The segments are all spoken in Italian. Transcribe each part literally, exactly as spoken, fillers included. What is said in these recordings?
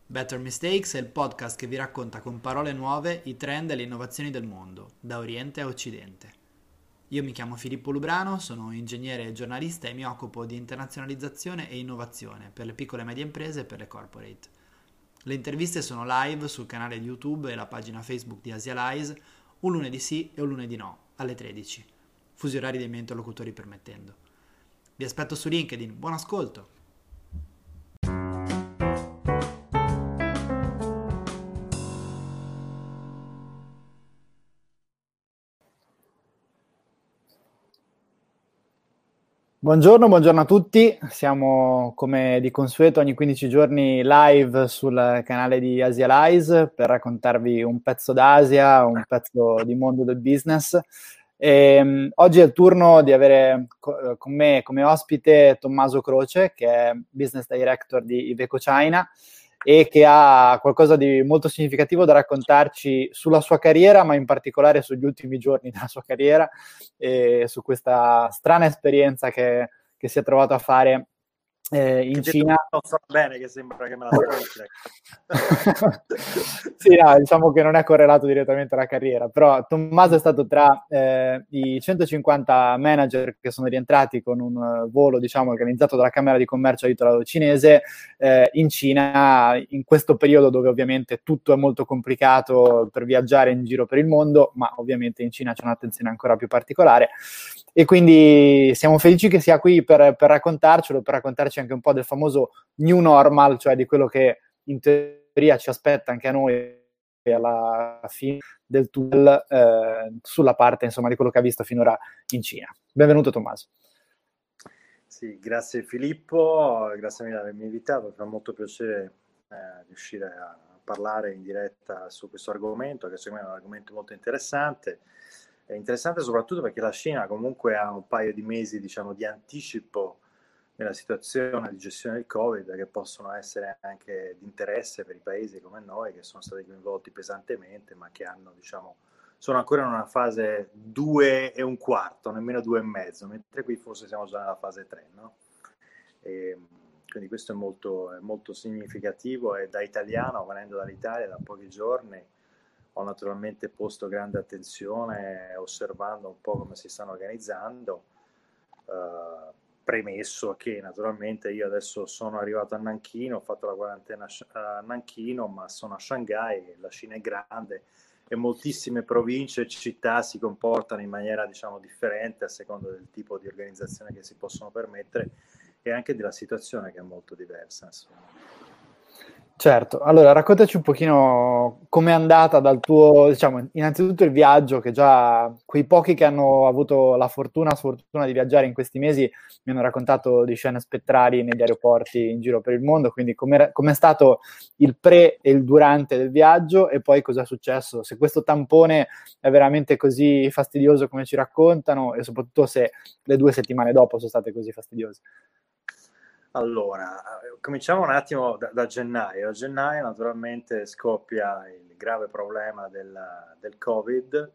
Better Mistakes è il podcast che vi racconta con parole nuove i trend e le innovazioni del mondo, da Oriente a Occidente. Io mi chiamo Filippo Lubrano, sono ingegnere e giornalista e mi occupo di internazionalizzazione e innovazione per le piccole e medie imprese e per le corporate. Le interviste sono live sul canale YouTube e la pagina Facebook di Asialize, un lunedì sì e un lunedì no, alle tredici, fusi orari dei miei interlocutori permettendo. Vi aspetto su LinkedIn, buon ascolto! Buongiorno, buongiorno a tutti. Siamo come di consueto ogni quindici giorni live sul canale di Asialize per raccontarvi un pezzo d'Asia, un pezzo di mondo del business. E, um, oggi è il turno di avere co- con me come ospite Tommaso Croce, che è Business Director di Iveco China e che ha qualcosa di molto significativo da raccontarci sulla sua carriera, ma in particolare sugli ultimi giorni della sua carriera e su questa strana esperienza che, che si è trovato a fare eh, in Che detto Cina. non so bene, che sembra che me la sconti. Sì, no, diciamo che non è correlato direttamente alla carriera, però Tommaso è stato tra eh, i centocinquanta manager che sono rientrati con un uh, volo, diciamo, organizzato dalla Camera di Commercio aiutato cinese eh, in Cina, in questo periodo dove ovviamente tutto è molto complicato per viaggiare in giro per il mondo, ma ovviamente in Cina c'è un'attenzione ancora più particolare. E quindi siamo felici che sia qui per, per raccontarcelo, per raccontarci anche un po' del famoso new normal, cioè di quello che in teoria ci aspetta anche a noi alla fine del tunnel eh, sulla parte insomma di quello che ha visto finora in Cina. Benvenuto Tommaso. Sì, grazie Filippo, grazie mille per avermi invitato, mi fa molto piacere eh, riuscire a parlare in diretta su questo argomento, che secondo me è un argomento molto interessante. È interessante soprattutto perché la Cina comunque ha un paio di mesi, diciamo, di anticipo nella situazione di gestione del Covid, che possono essere anche di interesse per i paesi come noi, che sono stati coinvolti pesantemente, ma che hanno, diciamo, sono ancora in una fase due e un quarto, nemmeno due e mezzo, mentre qui forse siamo già nella fase tre, no? E, quindi questo è molto, è molto significativo, e da italiano, venendo dall'Italia da pochi giorni, ho naturalmente posto grande attenzione osservando un po' come si stanno organizzando, eh, premesso che naturalmente io adesso sono arrivato a Nanchino, ho fatto la quarantena a Nanchino, ma sono a Shanghai, la Cina è grande e moltissime province e città si comportano in maniera, diciamo, differente a seconda del tipo di organizzazione che si possono permettere e anche della situazione che è molto diversa, insomma. Certo, allora raccontaci un pochino com'è andata dal tuo, diciamo, innanzitutto il viaggio, che già quei pochi che hanno avuto la fortuna, sfortuna di viaggiare in questi mesi mi hanno raccontato di scene spettrali negli aeroporti in giro per il mondo, quindi com'è, com'è stato il pre e il durante del viaggio e poi cosa è successo, se questo tampone è veramente così fastidioso come ci raccontano e soprattutto se le due settimane dopo sono state così fastidiose. Allora, cominciamo un attimo da, da gennaio. A gennaio naturalmente scoppia il grave problema del, del Covid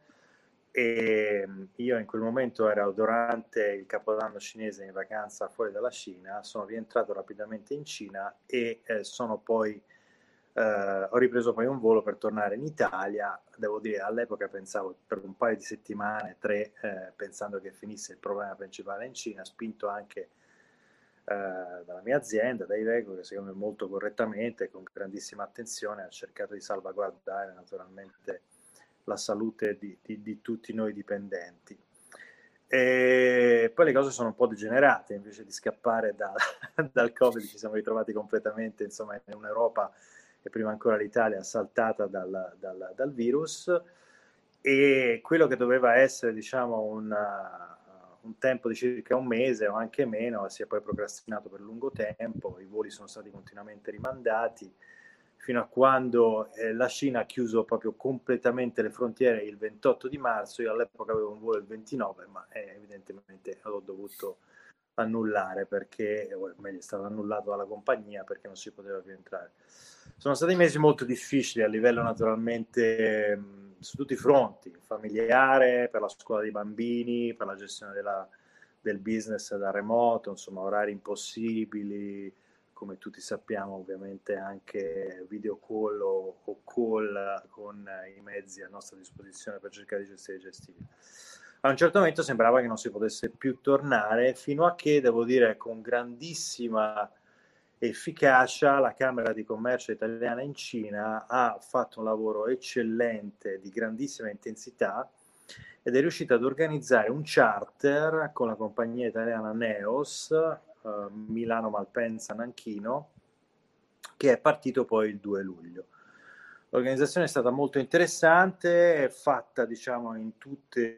e io in quel momento ero durante il Capodanno cinese in vacanza fuori dalla Cina, sono rientrato rapidamente in Cina e eh, sono poi, eh, ho ripreso poi un volo per tornare in Italia. Devo dire, all'epoca pensavo per un paio di settimane, tre, eh, pensando che finisse il problema principale in Cina, spinto anche eh, dalla mia azienda, da Iveco, che secondo me molto correttamente e con grandissima attenzione ha cercato di salvaguardare naturalmente la salute di, di, di tutti noi dipendenti. E poi le cose sono un po' degenerate, invece di scappare da, dal Covid ci siamo ritrovati completamente, insomma, in un'Europa e prima ancora l'Italia assaltata dal, dal, dal virus, e quello che doveva essere, diciamo, una, un tempo di circa un mese o anche meno si è poi procrastinato per lungo tempo, i voli sono stati continuamente rimandati fino a quando eh, la Cina ha chiuso proprio completamente le frontiere il ventotto di marzo. Io all'epoca avevo un volo il ventinove, ma eh, evidentemente l'ho dovuto annullare perché, o meglio, è stato annullato dalla compagnia perché non si poteva più entrare. Sono stati mesi molto difficili a livello naturalmente mh, su tutti i fronti, familiare, per la scuola dei bambini, per la gestione della, del business da remoto, insomma orari impossibili, come tutti sappiamo ovviamente anche video call o, o call con i mezzi a nostra disposizione per cercare di gestire i gestibili. A un certo momento sembrava che non si potesse più tornare, fino a che, devo dire, con grandissima efficacia la Camera di Commercio italiana in Cina ha fatto un lavoro eccellente, di grandissima intensità, ed è riuscita ad organizzare un charter con la compagnia italiana Neos, eh, Milano Malpensa Nanchino, che è partito poi il due luglio. L'organizzazione è stata molto interessante, è fatta diciamo in tutte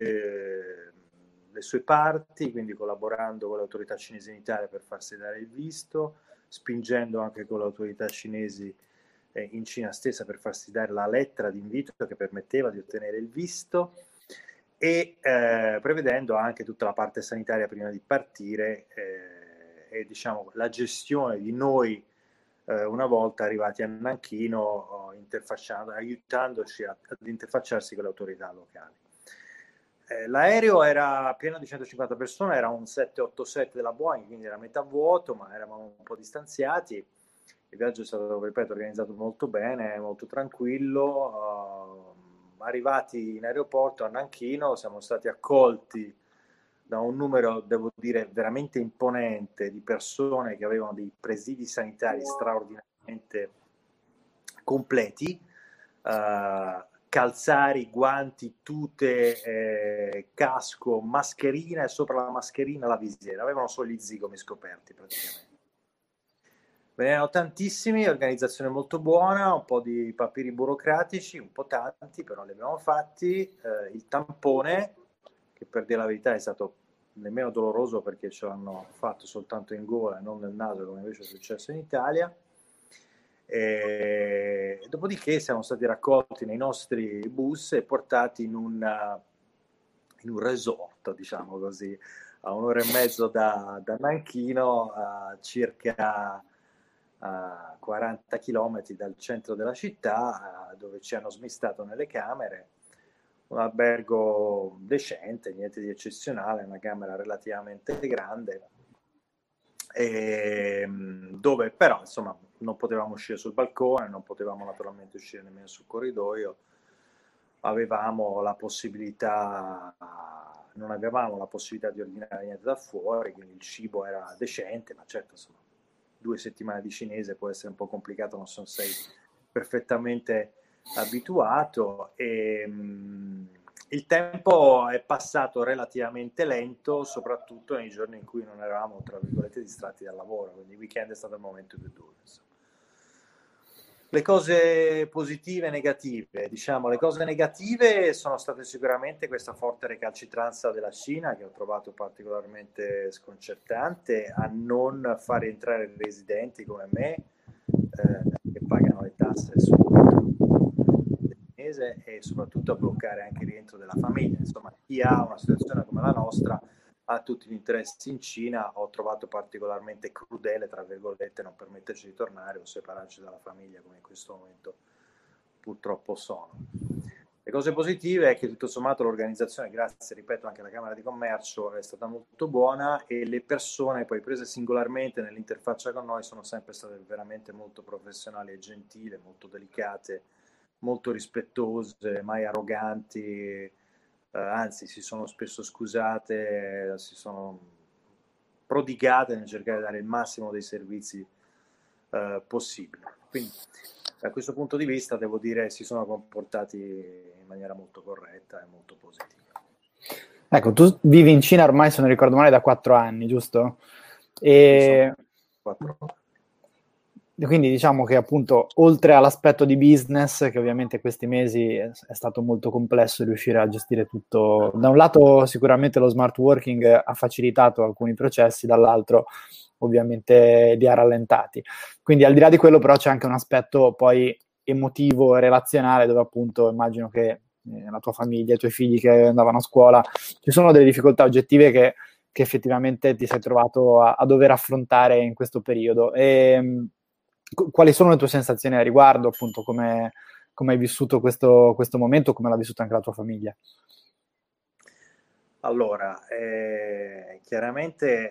le sue parti, quindi collaborando con le autorità cinesi in Italia per farsi dare il visto, spingendo anche con le autorità cinesi eh, in Cina stessa per farsi dare la lettera di invito che permetteva di ottenere il visto, e eh, prevedendo anche tutta la parte sanitaria prima di partire eh, e diciamo la gestione di noi eh, una volta arrivati a Nanchino, oh, interfacciando, aiutandoci a, ad interfacciarsi con le autorità locali. Eh, l'aereo era pieno di centocinquanta persone, era un sette ottantasette della Boeing, quindi era metà vuoto, ma eravamo un po' distanziati. Il viaggio è stato, ripeto, organizzato molto bene, molto tranquillo. Uh, arrivati in aeroporto a Nanchino siamo stati accolti da un numero, devo dire, veramente imponente di persone che avevano dei presidi sanitari straordinariamente completi, uh, calzari, guanti, tute, eh, casco, mascherina e sopra la mascherina la visiera. Avevano solo gli zigomi scoperti praticamente. Ve ne erano tantissimi, organizzazione molto buona, un po' di papiri burocratici, un po' tanti, però li abbiamo fatti. Eh, il tampone, che per dire la verità è stato nemmeno doloroso perché ce l'hanno fatto soltanto in gola e non nel naso come invece è successo in Italia. E dopodiché siamo stati raccolti nei nostri bus e portati in un, in un resort, diciamo così, a un'ora e mezzo da, da Nanchino, a circa a quaranta chilometri dal centro della città, dove ci hanno smistato nelle camere. Un albergo decente, niente di eccezionale, una camera relativamente grande, e dove però insomma non potevamo uscire sul balcone, non potevamo naturalmente uscire nemmeno sul corridoio. Avevamo la possibilità, non avevamo la possibilità di ordinare niente da fuori, quindi il cibo era decente, ma certo insomma due settimane di cinese può essere un po' complicato, non so se sei perfettamente abituato. E mh, il tempo è passato relativamente lento, soprattutto nei giorni in cui non eravamo, tra virgolette, distratti dal lavoro, quindi il weekend è stato il momento più duro. Insomma. Le cose positive e negative, diciamo, le cose negative sono state sicuramente questa forte recalcitranza della Cina, che ho trovato particolarmente sconcertante, a non far entrare residenti come me, eh, che pagano le tasse sul mese, e soprattutto a bloccare anche il rientro della famiglia. Insomma, chi ha una situazione come la nostra ha tutti gli interessi in Cina. Ho trovato particolarmente crudele, tra virgolette, non permetterci di tornare o separarci dalla famiglia, come in questo momento purtroppo sono. Le cose positive è che tutto sommato l'organizzazione, grazie, ripeto, anche alla Camera di Commercio, è stata molto buona, e le persone poi prese singolarmente nell'interfaccia con noi sono sempre state veramente molto professionali e gentili, molto delicate, molto rispettose, mai arroganti. Uh, anzi, si sono spesso scusate, si sono prodigate nel cercare di dare il massimo dei servizi uh, possibili. Quindi, da questo punto di vista, devo dire, si sono comportati in maniera molto corretta e molto positiva. Ecco, tu vivi in Cina ormai, se non ricordo male, da quattro anni, giusto? E... quattro anni. Quindi diciamo che appunto oltre all'aspetto di business, che ovviamente questi mesi è, è stato molto complesso riuscire a gestire tutto, da un lato sicuramente lo smart working ha facilitato alcuni processi, dall'altro ovviamente li ha rallentati. Quindi al di là di quello però c'è anche un aspetto poi emotivo e relazionale, dove appunto immagino che eh, la tua famiglia, i tuoi figli che andavano a scuola, ci sono delle difficoltà oggettive che, che effettivamente ti sei trovato a, a dover affrontare in questo periodo. E quali sono le tue sensazioni a riguardo, appunto, come, come hai vissuto questo, questo momento, come l'ha vissuto anche la tua famiglia? Allora, eh, chiaramente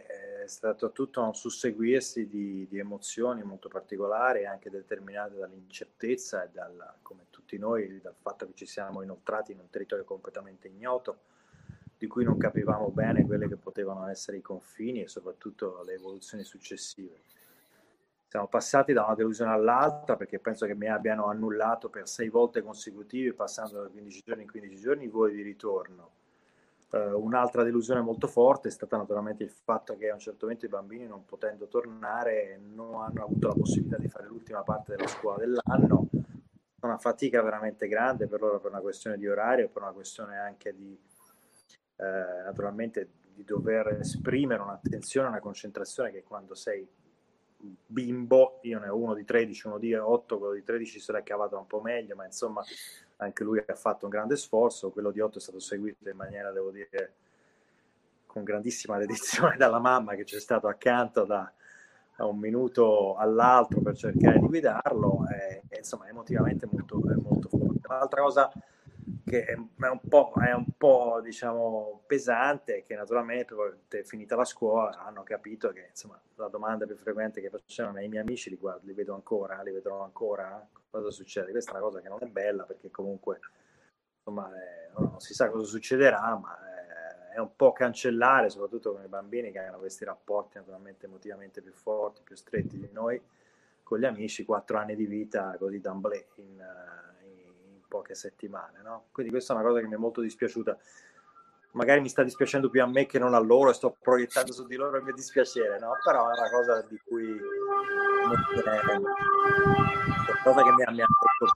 è stato tutto un susseguirsi di, di emozioni molto particolari, anche determinate dall'incertezza e dal, come tutti noi, dal fatto che ci siamo inoltrati in un territorio completamente ignoto, di cui non capivamo bene quelle che potevano essere i confini e soprattutto le evoluzioni successive. Siamo passati da una delusione all'altra, perché penso che mi abbiano annullato per sei volte consecutive, passando da quindici giorni in quindici giorni, i voli di ritorno. Uh, un'altra delusione molto forte è stata naturalmente il fatto che a un certo momento i bambini, non potendo tornare, non hanno avuto la possibilità di fare l'ultima parte della scuola dell'anno. Una fatica veramente grande per loro, per una questione di orario, per una questione anche di eh, naturalmente di dover esprimere un'attenzione, una concentrazione che quando sei bimbo, io ne ho uno di tredici, uno di otto, quello di tredici se l'è cavato un po' meglio, ma insomma anche lui ha fatto un grande sforzo, quello di otto è stato seguito in maniera, devo dire, con grandissima dedizione dalla mamma, che c'è stato accanto da, da un minuto all'altro per cercare di guidarlo, e, e insomma emotivamente molto, molto forte. L'altra cosa che è un po', è un po' diciamo pesante, che naturalmente finita la scuola hanno capito che insomma la domanda più frequente che facevano ai miei amici: li guardo, li vedo ancora, li vedrò ancora, cosa succede? Questa è una cosa che non è bella, perché comunque insomma eh, non si sa cosa succederà, ma eh, è un po' cancellare, soprattutto con i bambini che hanno questi rapporti naturalmente emotivamente più forti, più stretti di noi con gli amici, quattro anni di vita così d'amblè in poche settimane, no? Quindi questa è una cosa che mi è molto dispiaciuta. Magari mi sta dispiacendo più a me che non a loro, e sto proiettando su di loro il mio dispiacere, no? Però è una cosa di cui è qualcosa che mi ha molto.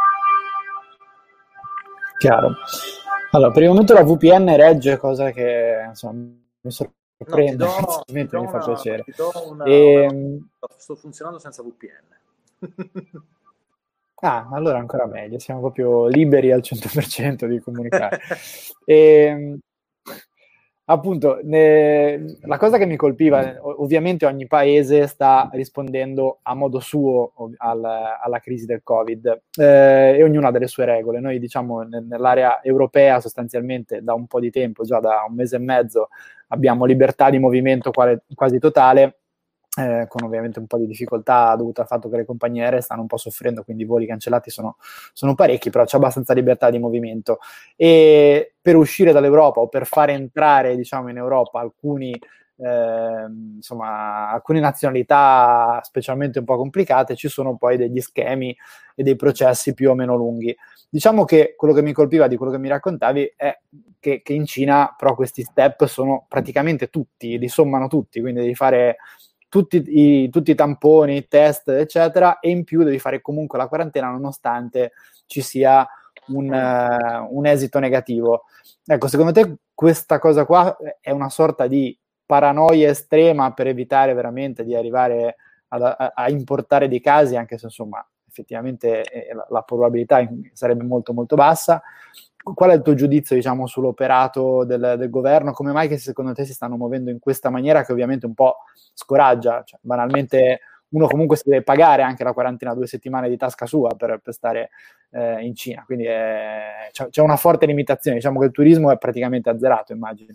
Chiaro. Allora, per il momento la V P N regge, cosa che insomma mi sorprende, no, do, mi fa una, piacere. Una, e... una... sto funzionando senza V P N. Ah, allora ancora meglio, siamo proprio liberi al cento per cento di comunicare. e, appunto, ne, la cosa che mi colpiva, ovviamente ogni paese sta rispondendo a modo suo al, alla crisi del Covid eh, e ognuno ha delle sue regole. Noi diciamo nell'area europea sostanzialmente da un po' di tempo, già da un mese e mezzo, abbiamo libertà di movimento quale, quasi totale, Eh, con ovviamente un po' di difficoltà dovuta al fatto che le compagnie aeree stanno un po' soffrendo, quindi i voli cancellati sono, sono parecchi, però c'è abbastanza libertà di movimento. E per uscire dall'Europa o per fare entrare, diciamo, in Europa alcuni, eh, insomma, alcune nazionalità specialmente un po' complicate, ci sono poi degli schemi e dei processi più o meno lunghi. Diciamo che quello che mi colpiva di quello che mi raccontavi è che, che in Cina però questi step sono praticamente tutti, li sommano tutti, quindi devi fare tutti i, tutti i tamponi, i test, eccetera, e in più devi fare comunque la quarantena nonostante ci sia un, uh, un esito negativo. Ecco, secondo te questa cosa qua è una sorta di paranoia estrema per evitare veramente di arrivare a, a, a importare dei casi, anche se insomma effettivamente eh, la, la probabilità sarebbe molto molto bassa? Qual è il tuo giudizio, diciamo, sull'operato del, del governo? Come mai che secondo te si stanno muovendo in questa maniera che ovviamente un po' scoraggia? Cioè, banalmente uno comunque si deve pagare anche la quarantena due settimane di tasca sua per, per stare eh, in Cina, quindi è, c'è, c'è una forte limitazione, diciamo che il turismo è praticamente azzerato, immagino.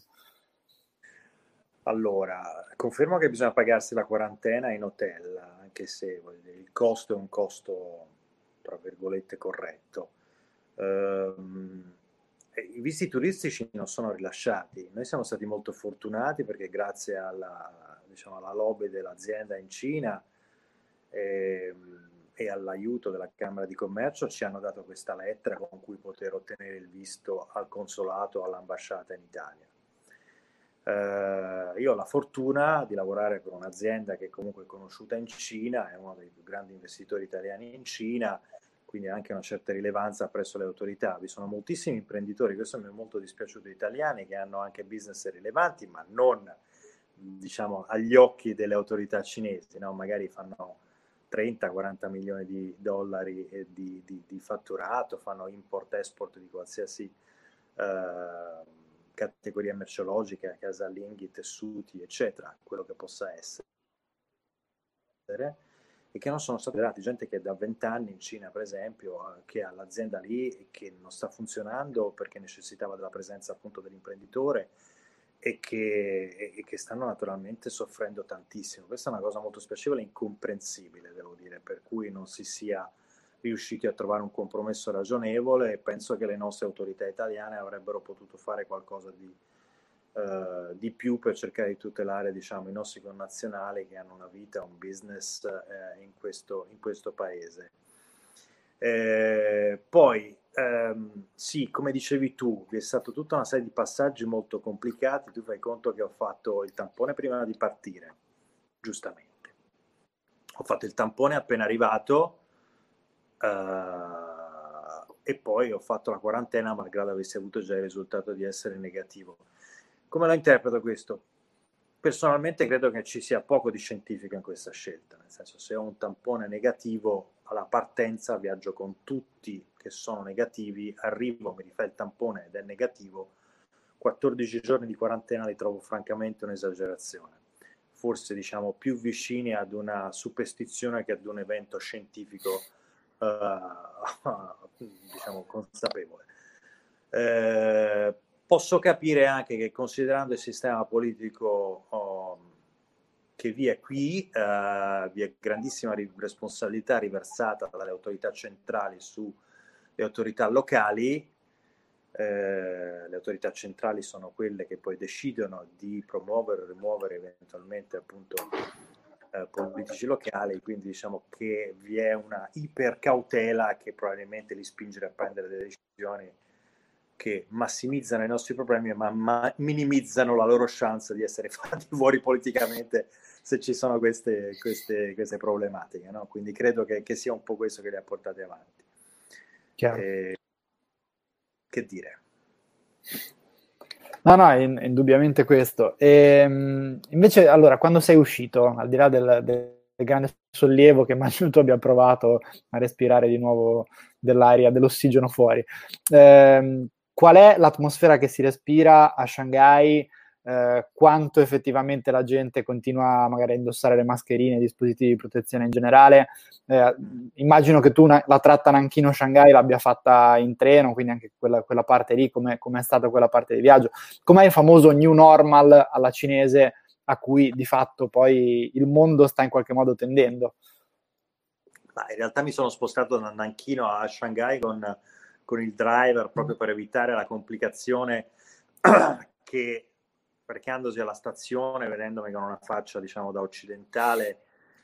Allora, confermo che bisogna pagarsi la quarantena in hotel, anche se dire, il costo è un costo, tra virgolette, corretto. Um, I visti turistici non sono rilasciati. Noi siamo stati molto fortunati perché grazie alla, diciamo, alla lobby dell'azienda in Cina e, e all'aiuto della Camera di Commercio ci hanno dato questa lettera con cui poter ottenere il visto al consolato o all'ambasciata in Italia. Uh, io ho la fortuna di lavorare per un'azienda che comunque è conosciuta in Cina, è uno dei più grandi investitori italiani in Cina, quindi anche una certa rilevanza presso le autorità. Vi sono moltissimi imprenditori, questo mi è molto dispiaciuto, italiani, che hanno anche business rilevanti, ma non, diciamo, agli occhi delle autorità cinesi, no? Magari fanno trenta quaranta milioni di dollari di, di, di fatturato, fanno import-export di qualsiasi uh, categoria merceologica, casalinghi, tessuti, eccetera, quello che possa essere, e che non sono stati dati, gente che da vent'anni in Cina per esempio, che ha l'azienda lì e che non sta funzionando perché necessitava della presenza appunto dell'imprenditore e che, e che stanno naturalmente soffrendo tantissimo. Questa è una cosa molto spiacevole e incomprensibile, devo dire, per cui non si sia riusciti a trovare un compromesso ragionevole, e penso che le nostre autorità italiane avrebbero potuto fare qualcosa di, eh, di più per cercare di tutelare, diciamo, i nostri connazionali che hanno una vita, un business eh, in questo, in questo paese. Eh, poi ehm, sì, come dicevi tu, vi è stata tutta una serie di passaggi molto complicati. Tu fai conto che ho fatto il tampone prima di partire, giustamente. Ho fatto il tampone appena arrivato, Uh, e poi ho fatto la quarantena malgrado avessi avuto già il risultato di essere negativo. Come lo interpreto questo? Personalmente credo che ci sia poco di scientifico in questa scelta, nel senso, se ho un tampone negativo alla partenza viaggio con tutti che sono negativi, arrivo, mi rifà il tampone ed è negativo, quattordici giorni di quarantena li trovo francamente un'esagerazione, forse diciamo più vicini ad una superstizione che ad un evento scientifico Uh, diciamo consapevole. Eh, posso capire anche che, considerando il sistema politico oh, che vi è qui, uh, vi è grandissima responsabilità riversata dalle autorità centrali sulle autorità locali. Eh, le autorità centrali sono quelle che poi decidono di promuovere o rimuovere eventualmente appunto Eh, politici locali, quindi diciamo che vi è una ipercautela che probabilmente li spinge a prendere delle decisioni che massimizzano i nostri problemi ma, ma minimizzano la loro chance di essere fatti fuori politicamente se ci sono queste, queste, queste problematiche, no? Quindi credo che, che sia un po' questo che li ha portati avanti. Eh, che dire? No, no, è indubbiamente questo. E, invece, allora, quando sei uscito, al di là del, del grande sollievo che immagino tu abbia provato a respirare di nuovo dell'aria, dell'ossigeno fuori, ehm, qual è l'atmosfera che si respira a Shanghai? Eh, quanto effettivamente la gente continua magari a indossare le mascherine, i dispositivi di protezione in generale? Eh, immagino che tu una, la tratta Nanchino-Shanghai l'abbia fatta in treno, quindi anche quella, quella parte lì, come è stata quella parte di viaggio. Com'è il famoso new normal alla cinese a cui di fatto poi il mondo sta in qualche modo tendendo? Ma in realtà mi sono spostato da Nanchino a Shanghai con, con il driver proprio per evitare la complicazione che, recandosi alla stazione, vedendomi con una faccia diciamo da occidentale,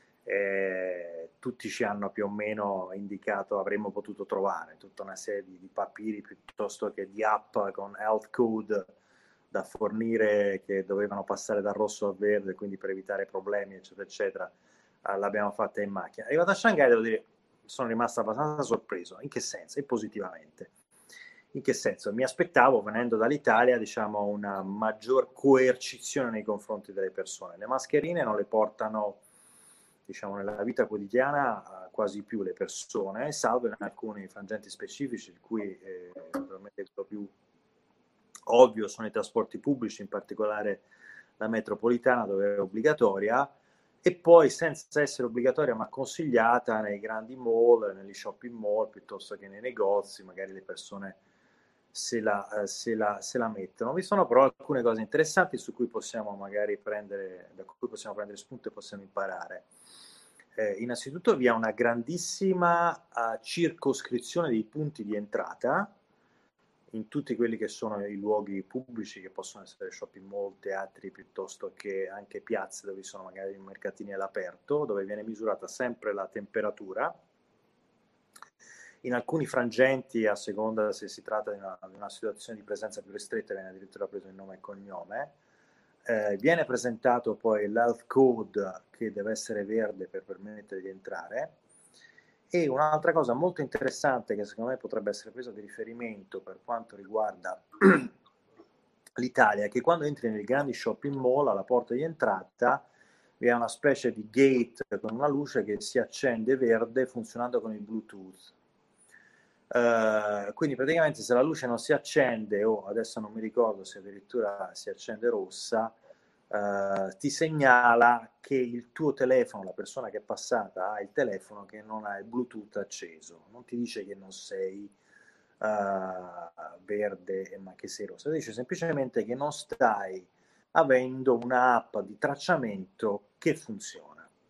eh, tutti ci hanno più o meno indicato avremmo potuto trovare tutta una serie di, di papiri piuttosto che di app con health code da fornire che dovevano passare dal rosso al verde, quindi per evitare problemi eccetera eccetera. Uh, l'abbiamo fatta in macchina. Arrivato a Shanghai, devo dire, sono rimasto abbastanza sorpreso. In che senso? E positivamente. In che senso? Mi aspettavo, venendo dall'Italia, diciamo, una maggior coercizione nei confronti delle persone. Le mascherine non le portano, diciamo, nella vita quotidiana uh, quasi più le persone, salvo in alcuni frangenti specifici, il cui eh, naturalmente il più ovvio sono i trasporti pubblici, in particolare la metropolitana, dove è obbligatoria, e poi senza essere obbligatoria ma consigliata nei grandi mall, negli shopping mall piuttosto che nei negozi, magari le persone se la, eh, se la, se la mettono. Vi sono però alcune cose interessanti su cui possiamo magari prendere, da cui possiamo prendere spunto e possiamo imparare. Eh, innanzitutto vi è una grandissima uh, circoscrizione dei punti di entrata in tutti quelli che sono i luoghi pubblici, che possono essere shopping mall, teatri, piuttosto che anche piazze dove sono magari mercatini all'aperto, dove viene misurata sempre la temperatura. In alcuni frangenti, a seconda se si tratta di una, di una situazione di presenza più ristretta, viene addirittura preso il nome e cognome. Eh, viene presentato poi l'health code, che deve essere verde per permettere di entrare. E un'altra cosa molto interessante che secondo me potrebbe essere presa di riferimento per quanto riguarda l'Italia è che quando entri nei grandi shopping mall, alla porta di entrata vi è una specie di gate con una luce che si accende verde funzionando con il Bluetooth. Uh, quindi praticamente se la luce non si accende, o adesso non mi ricordo se addirittura si accende rossa, Uh, ti segnala che il tuo telefono, la persona che è passata ha il telefono che non ha il Bluetooth acceso, non ti dice che non sei uh, verde ma che sei rossa, ti dice semplicemente che non stai avendo un'app di tracciamento che funziona.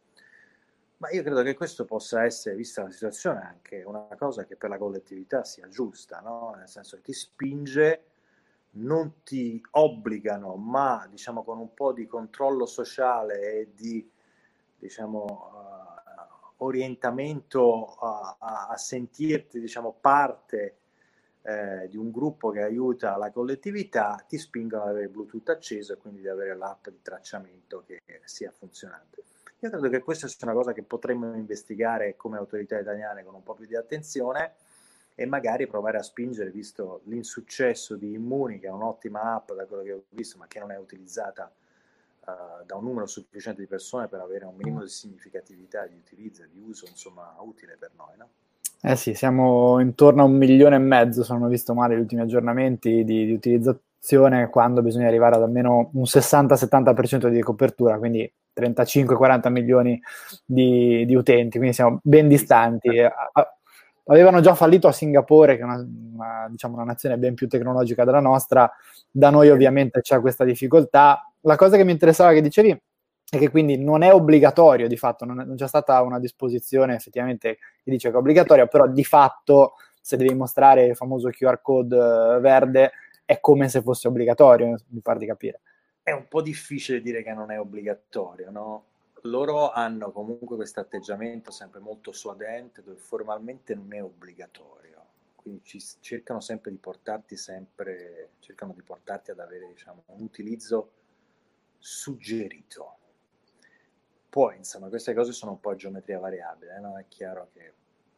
Ma io credo che questo possa essere, vista la situazione, anche una cosa che per la collettività sia giusta, no? Nel senso che ti spinge, non ti obbligano, ma diciamo con un po' di controllo sociale e di diciamo uh, orientamento a, a, a sentirti diciamo parte eh, di un gruppo che aiuta la collettività, ti spingono ad avere il Bluetooth acceso e quindi di avere l'app di tracciamento che sia funzionante. Io credo che questa sia una cosa che potremmo investigare come autorità italiane con un po' più di attenzione e magari provare a spingere, visto l'insuccesso di Immuni, che è un'ottima app da quello che ho visto, ma che non è utilizzata uh, da un numero sufficiente di persone per avere un minimo di significatività di utilizzo e di uso, insomma, utile per noi, no? Eh sì, siamo intorno a un milione e mezzo, se non ho visto male gli ultimi aggiornamenti di, di utilizzazione, quando bisogna arrivare ad almeno un sessanta settanta per cento di copertura, quindi trentacinque quaranta milioni di, di utenti, quindi siamo ben distanti. Avevano già fallito a Singapore, che è una, una, diciamo, una nazione ben più tecnologica della nostra, da noi ovviamente c'è questa difficoltà. La cosa che mi interessava che dicevi è che quindi non è obbligatorio, di fatto, non, è, non c'è stata una disposizione effettivamente che dice che è obbligatoria, però di fatto se devi mostrare il famoso Q R code uh, verde è come se fosse obbligatorio, mi pare di capire. È un po' difficile dire che non è obbligatorio, no? Loro hanno comunque questo atteggiamento sempre molto suadente, dove formalmente non è obbligatorio, quindi ci, cercano sempre di portarti sempre, cercano di portarti ad avere, diciamo, un utilizzo suggerito. Poi, insomma, queste cose sono un po' a geometria variabile, no? È chiaro che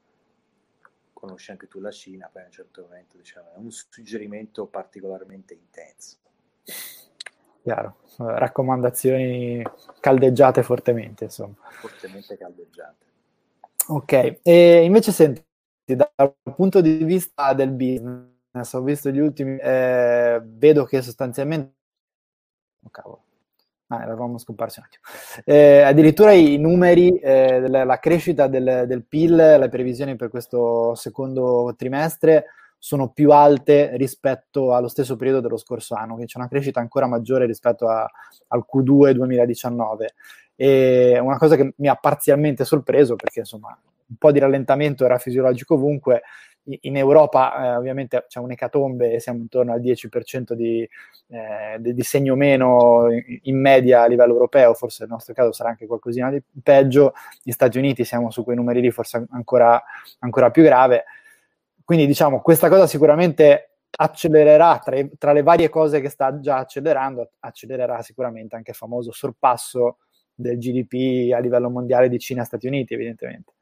conosci anche tu la Cina, poi a un certo momento, diciamo, è un suggerimento particolarmente intenso. Chiaro, raccomandazioni caldeggiate fortemente, insomma. Fortemente caldeggiate. Ok, e invece senti, dal punto di vista del business, ho visto gli ultimi, eh, vedo che sostanzialmente... Oh, cavolo. Ah, eravamo scomparsi un attimo. Eh, addirittura i numeri, eh, la, la crescita del, del P I L, le previsioni per questo secondo trimestre sono più alte rispetto allo stesso periodo dello scorso anno, quindi c'è una crescita ancora maggiore rispetto a, al Q due duemiladiciannove. E una cosa che mi ha parzialmente sorpreso, perché insomma un po' di rallentamento era fisiologico ovunque. In Europa eh, ovviamente c'è un'ecatombe e siamo intorno al dieci per cento di, eh, di segno meno in, in media a livello europeo, forse nel nostro caso sarà anche qualcosina di peggio. Gli Stati Uniti siamo su quei numeri lì, forse ancora, ancora più grave. Quindi diciamo questa cosa sicuramente accelererà, tra, tra le varie cose che sta già accelerando, accelererà sicuramente anche il famoso sorpasso del G D P a livello mondiale di Cina e Stati Uniti, evidentemente.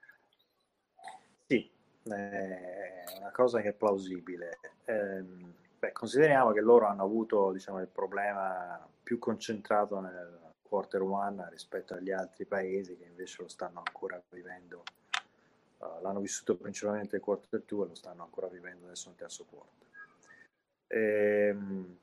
Sì, è una cosa che è plausibile. Eh, beh, consideriamo che loro hanno avuto, diciamo, il problema più concentrato nel quarter one rispetto agli altri paesi che invece lo stanno ancora vivendo. Uh, l'hanno vissuto principalmente il quarter two e lo stanno ancora vivendo adesso nel terzo quarter. Ehm,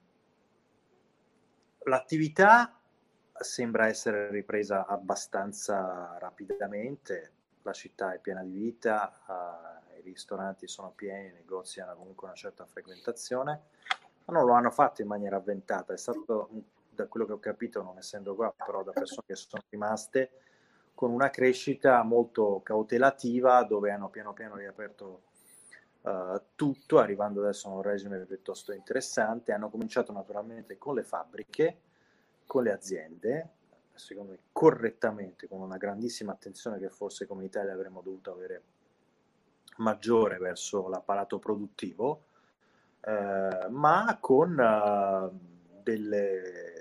l'attività sembra essere ripresa abbastanza rapidamente, la città è piena di vita, uh, i ristoranti sono pieni, i negozi hanno comunque una certa frequentazione, ma non lo hanno fatto in maniera avventata, è stato, da quello che ho capito, non essendo qua, però da persone che sono rimaste, con una crescita molto cautelativa, dove hanno piano piano riaperto uh, tutto, arrivando adesso a un regime piuttosto interessante. Hanno cominciato naturalmente con le fabbriche, con le aziende, secondo me correttamente, con una grandissima attenzione che forse come Italia avremmo dovuto avere maggiore verso l'apparato produttivo, eh, ma con uh, delle,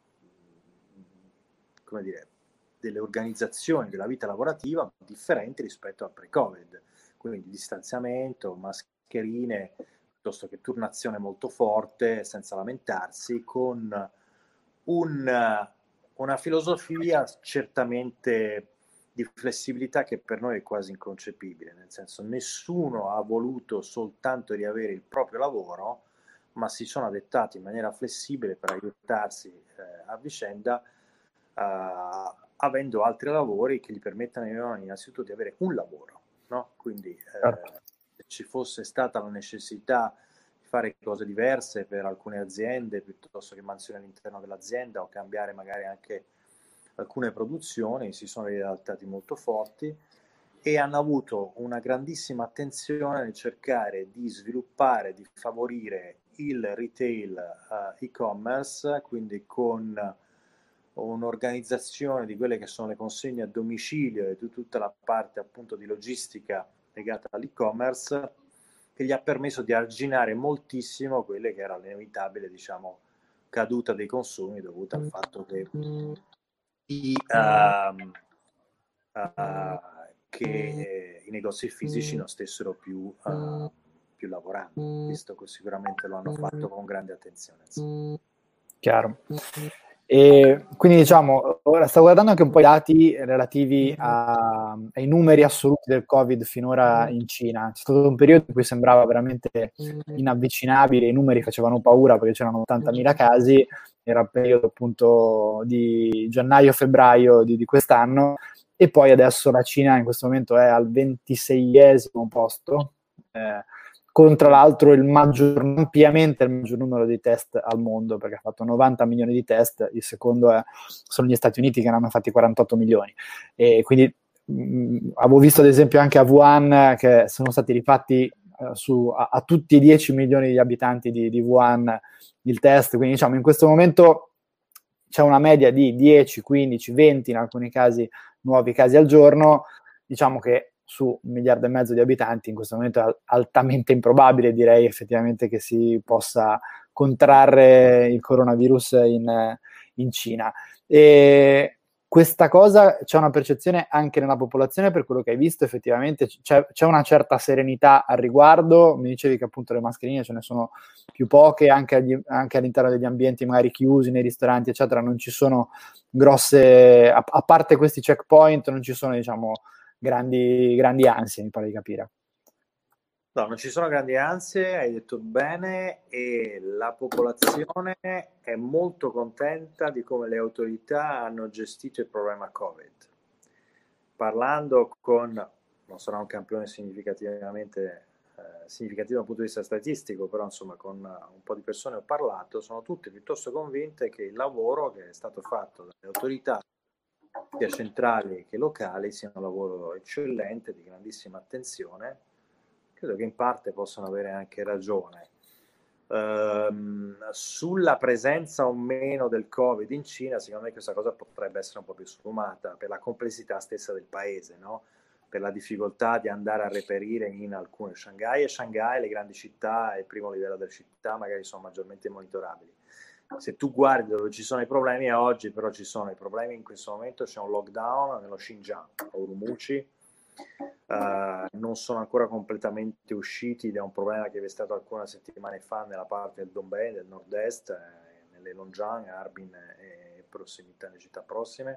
come dire, delle organizzazioni della vita lavorativa differenti rispetto al pre-Covid, quindi distanziamento, mascherine, piuttosto che turnazione molto forte, senza lamentarsi, con un, una filosofia certamente di flessibilità che per noi è quasi inconcepibile, nel senso nessuno ha voluto soltanto riavere il proprio lavoro, ma si sono adattati in maniera flessibile per aiutarsi eh, a vicenda, Uh, avendo altri lavori che gli permettano innanzitutto di avere un lavoro, no? Quindi eh, se ci fosse stata la necessità di fare cose diverse per alcune aziende piuttosto che mansioni all'interno dell'azienda o cambiare magari anche alcune produzioni, si sono riadattati molto forti e hanno avuto una grandissima attenzione nel cercare di sviluppare, di favorire il retail uh, e-commerce, quindi con un'organizzazione di quelle che sono le consegne a domicilio e di tutta la parte appunto di logistica legata all'e-commerce, che gli ha permesso di arginare moltissimo quelle che era l'inevitabile, diciamo, caduta dei consumi dovuta al fatto che i, uh, uh, che eh, i negozi fisici non stessero più, uh, più lavorando, visto che sicuramente lo hanno fatto con grande attenzione. Chiaro. E quindi diciamo, ora sto guardando anche un po' i dati relativi a, ai numeri assoluti del Covid finora in Cina. C'è stato un periodo in cui sembrava veramente inavvicinabile, i numeri facevano paura perché c'erano ottantamila casi, era il periodo appunto di gennaio-febbraio di, di quest'anno, e poi adesso la Cina in questo momento è al ventiseiesimo posto, eh, con tra l'altro il maggior, ampiamente il maggior numero di test al mondo, perché ha fatto novanta milioni di test, il secondo è, sono gli Stati Uniti che ne hanno fatti quarantotto milioni, e quindi mh, avevo visto ad esempio anche a Wuhan che sono stati rifatti uh, su, a, a tutti i dieci milioni di abitanti di, di Wuhan il test, quindi diciamo in questo momento c'è una media di dieci, quindici, venti in alcuni casi nuovi casi al giorno, diciamo che su un miliardo e mezzo di abitanti in questo momento è altamente improbabile, direi effettivamente, che si possa contrarre il coronavirus in, in Cina. E questa cosa, c'è una percezione anche nella popolazione, per quello che hai visto, effettivamente c'è, c'è una certa serenità al riguardo. Mi dicevi che appunto le mascherine ce ne sono più poche, anche, agli, anche all'interno degli ambienti magari chiusi, nei ristoranti eccetera, non ci sono grosse, a, a parte questi checkpoint, non ci sono diciamo grandi, grandi ansie, mi pare di capire. No, non ci sono grandi ansie, hai detto bene, e la popolazione è molto contenta di come le autorità hanno gestito il problema Covid. Parlando con, non sarà un campione significativamente eh, significativo dal punto di vista statistico, però insomma con un po' di persone ho parlato, sono tutte piuttosto convinte che il lavoro che è stato fatto dalle autorità sia centrali che locali sia un lavoro eccellente, di grandissima attenzione. Credo che in parte possano avere anche ragione. Um, sulla presenza o meno del Covid in Cina, secondo me questa cosa potrebbe essere un po' più sfumata per la complessità stessa del paese, no? Per la difficoltà di andare a reperire in alcune Shanghai e Shanghai, le grandi città e il primo livello delle città magari sono maggiormente monitorabili. Se tu guardi dove ci sono i problemi, a oggi però ci sono i problemi, in questo momento c'è un lockdown nello Xinjiang, a Urumqi, uh, non sono ancora completamente usciti da un problema che vi è stato alcune settimane fa nella parte del Dongbei, del nord-est, eh, nelle Longjiang, Harbin e prossimità, nelle città prossime.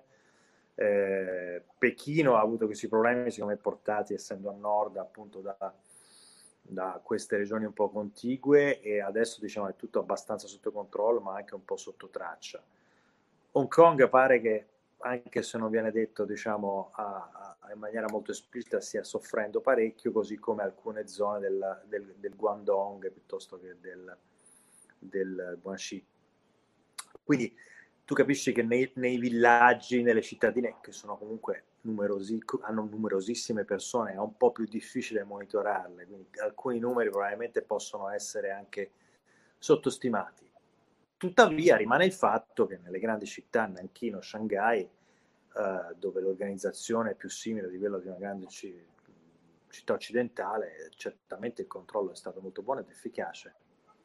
Eh, Pechino ha avuto questi problemi, secondo me portati, essendo a nord, appunto da... da queste regioni un po' contigue, e adesso diciamo è tutto abbastanza sotto controllo ma anche un po' sotto traccia. Hong Kong pare che, anche se non viene detto diciamo a, a, in maniera molto esplicita, stia soffrendo parecchio, così come alcune zone del, del, del Guangdong piuttosto che del, del Guangxi. Quindi tu capisci che nei, nei villaggi, nelle cittadine che sono comunque numerosi, hanno numerosissime persone, è un po' più difficile monitorarle, quindi alcuni numeri probabilmente possono essere anche sottostimati. Tuttavia rimane il fatto che nelle grandi città, Nanchino, Shanghai, eh, dove l'organizzazione è più simile a livello di una grande c- città occidentale, certamente il controllo è stato molto buono ed efficace.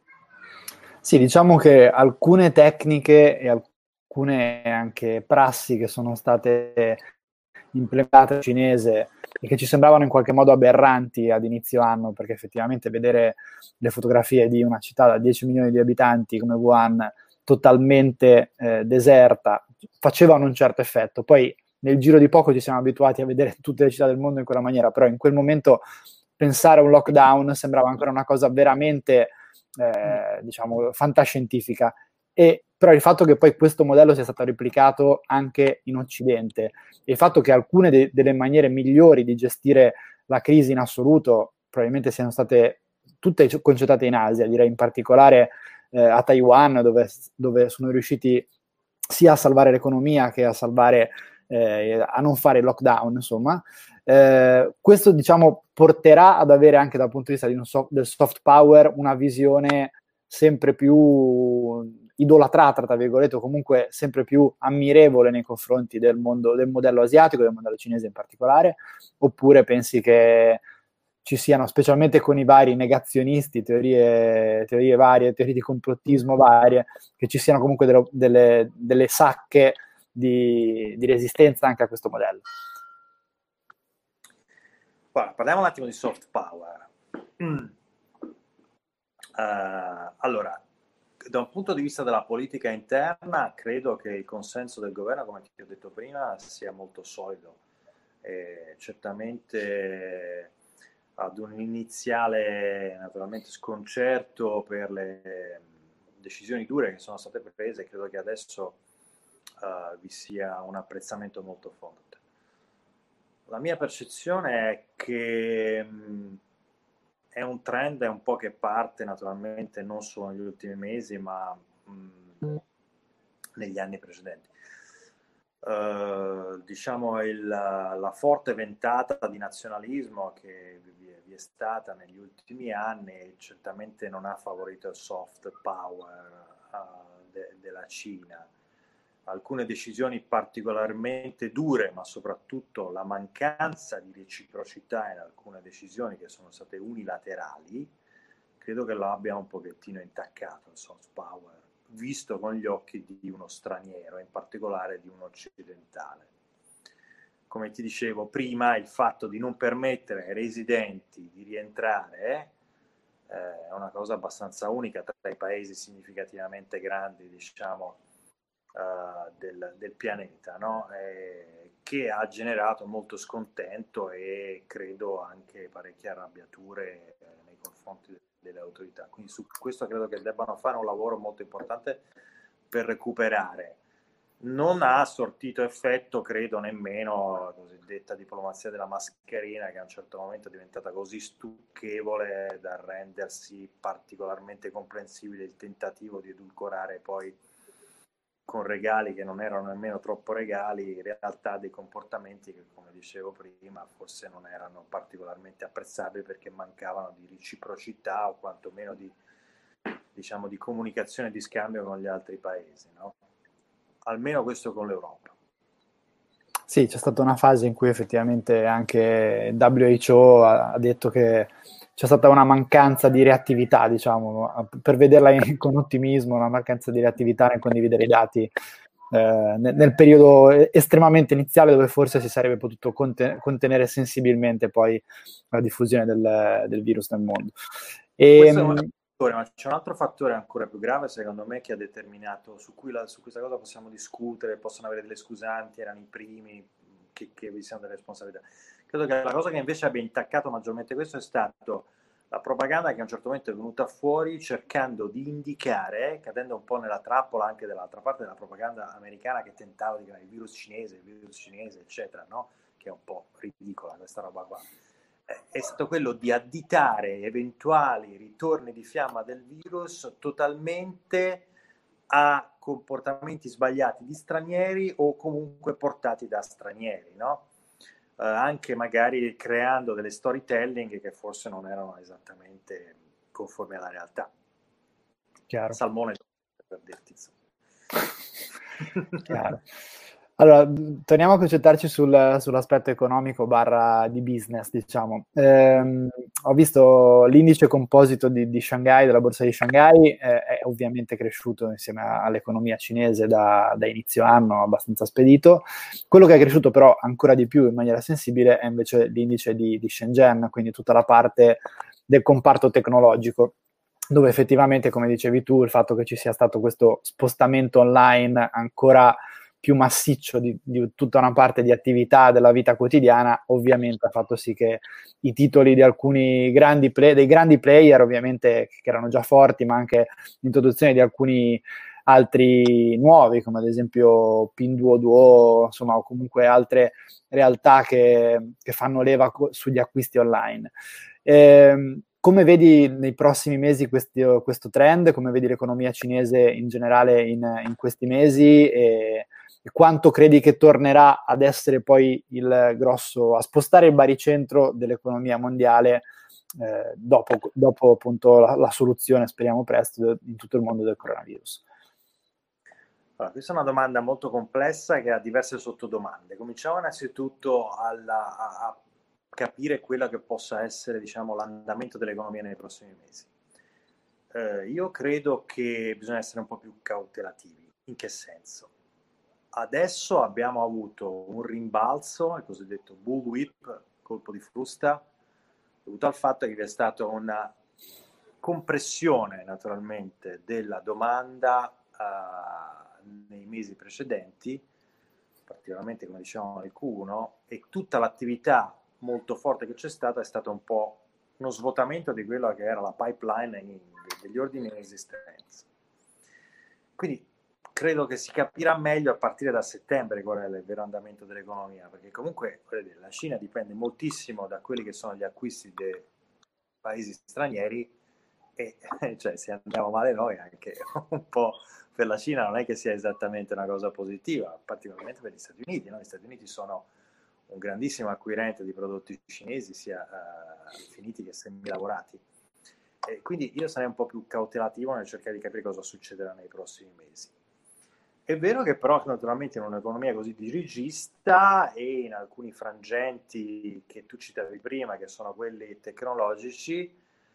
Sì, diciamo che alcune tecniche e alcune anche prassi che sono state implementate cinese e che ci sembravano in qualche modo aberranti ad inizio anno, perché effettivamente vedere le fotografie di una città da dieci milioni di abitanti come Wuhan totalmente eh, deserta facevano un certo effetto. Poi nel giro di poco ci siamo abituati a vedere tutte le città del mondo in quella maniera, però in quel momento pensare a un lockdown sembrava ancora una cosa veramente eh, diciamo fantascientifica. E però il fatto che poi questo modello sia stato replicato anche in Occidente e il fatto che alcune de- delle maniere migliori di gestire la crisi in assoluto probabilmente siano state tutte concentrate in Asia, direi in particolare eh, a Taiwan, dove, dove sono riusciti sia a salvare l'economia che a salvare, eh, a non fare il lockdown, insomma. Eh, questo, diciamo, porterà ad avere anche dal punto di vista di un soft, del soft power una visione sempre più idolatrata, tra virgolette, o comunque sempre più ammirevole nei confronti del mondo, del modello asiatico, del modello cinese in particolare, oppure pensi che ci siano, specialmente con i vari negazionisti, teorie, teorie varie, teorie di complottismo varie, che ci siano comunque delle, delle, delle sacche di, di resistenza anche a questo modello? Guarda, parliamo un attimo di soft power. Mm. Uh, allora, da un punto di vista della politica interna, credo che il consenso del governo, come ti ho detto prima, sia molto solido. E certamente ad un iniziale, naturalmente, sconcerto per le decisioni dure che sono state prese, credo che adesso uh, vi sia un apprezzamento molto forte. La mia percezione è che mh, è un trend, è un po' che parte naturalmente non solo negli ultimi mesi, ma mh, negli anni precedenti. Uh, diciamo il, la forte ventata di nazionalismo che vi è, vi è stata negli ultimi anni certamente non ha favorito il soft power uh, de, della Cina. Alcune decisioni particolarmente dure, ma soprattutto la mancanza di reciprocità in alcune decisioni che sono state unilaterali, credo che lo abbiano un pochettino intaccato il soft power, visto con gli occhi di uno straniero, in particolare di un occidentale. Come ti dicevo prima, il fatto di non permettere ai residenti di rientrare eh, è una cosa abbastanza unica tra i paesi significativamente grandi, diciamo, Uh, del, del pianeta, no? eh, che ha generato molto scontento e credo anche parecchie arrabbiature eh, nei confronti de- delle autorità. Quindi su questo credo che debbano fare un lavoro molto importante per recuperare. Non ha sortito effetto, credo, nemmeno la cosiddetta diplomazia della mascherina, che a un certo momento è diventata così stucchevole da rendersi particolarmente comprensibile il tentativo di edulcorare poi con regali che non erano nemmeno troppo regali, in realtà dei comportamenti che, come dicevo prima, forse non erano particolarmente apprezzabili perché mancavano di reciprocità o quantomeno di, diciamo, di comunicazione e di scambio con gli altri paesi, no? Almeno questo con l'Europa. Sì, c'è stata una fase in cui effettivamente anche W H O ha, ha detto che c'è stata una mancanza di reattività, diciamo, per vederla in, con ottimismo, una mancanza di reattività nel condividere i dati eh, nel, nel periodo estremamente iniziale, dove forse si sarebbe potuto conten- contenere sensibilmente poi la diffusione del, del virus nel mondo. E, Questo è un fattore, ma c'è un altro fattore ancora più grave, secondo me, che ha determinato, su cui la, su questa cosa possiamo discutere, possono avere delle scusanti, erano i primi, che, che vi siano delle responsabilità. Credo che la cosa che invece abbia intaccato maggiormente questo è stato la propaganda che a un certo momento è venuta fuori cercando di indicare, cadendo un po' nella trappola anche dell'altra parte della propaganda americana che tentava di chiamare il virus cinese, il virus cinese, eccetera, no? Che è un po' ridicola questa roba qua. È stato quello di additare eventuali ritorni di fiamma del virus totalmente a comportamenti sbagliati di stranieri o comunque portati da stranieri, no? Eh, anche magari creando delle storytelling che forse non erano esattamente conformi alla realtà. Chiaro. Salmone, per dirti. Chiaro. Allora, torniamo a concentrarci sul, sull'aspetto economico barra di business, diciamo. Eh, ho visto l'indice composito di, di Shanghai, della borsa di Shanghai, eh, è ovviamente cresciuto insieme all'economia cinese da, da inizio anno, abbastanza spedito. Quello che è cresciuto però ancora di più in maniera sensibile è invece l'indice di, di Shenzhen, quindi tutta la parte del comparto tecnologico, dove effettivamente, come dicevi tu, il fatto che ci sia stato questo spostamento online ancora più massiccio di, di tutta una parte di attività della vita quotidiana, ovviamente ha fatto sì che i titoli di alcuni grandi play, dei grandi player, ovviamente, che erano già forti, ma anche l'introduzione di alcuni altri nuovi, come ad esempio Pinduoduo, insomma, o comunque altre realtà che, che fanno leva co- sugli acquisti online. Eh, come vedi nei prossimi mesi questi, questo trend? Come vedi l'economia cinese in generale in, in questi mesi? E, e quanto credi che tornerà ad essere poi il grosso, a spostare il baricentro dell'economia mondiale eh, dopo, dopo appunto la, la soluzione, speriamo presto, in tutto il mondo del coronavirus? Allora, questa è una domanda molto complessa che ha diverse sottodomande. Cominciamo innanzitutto alla, a, a capire quello che possa essere, diciamo, l'andamento dell'economia nei prossimi mesi. Eh, io credo che bisogna essere un po' più cautelativi. In che senso? Adesso abbiamo avuto un rimbalzo, il cosiddetto bullwhip, colpo di frusta, dovuto al fatto che vi è stata una compressione naturalmente della domanda uh, nei mesi precedenti, particolarmente come dicevamo nel Q uno, e tutta l'attività molto forte che c'è stata è stato un po' uno svuotamento di quello che era la pipeline in, degli ordini in esistenza. Quindi credo che si capirà meglio a partire da settembre qual è il vero andamento dell'economia, perché comunque dire, la Cina dipende moltissimo da quelli che sono gli acquisti dei paesi stranieri e cioè, se andiamo male noi anche un po' per la Cina non è che sia esattamente una cosa positiva, particolarmente per gli Stati Uniti, no? Gli Stati Uniti sono un grandissimo acquirente di prodotti cinesi, sia uh, finiti che semilavorati. E quindi io sarei un po' più cautelativo nel cercare di capire cosa succederà nei prossimi mesi. È vero che però naturalmente in un'economia così dirigista e in alcuni frangenti che tu citavi prima, che sono quelli tecnologici,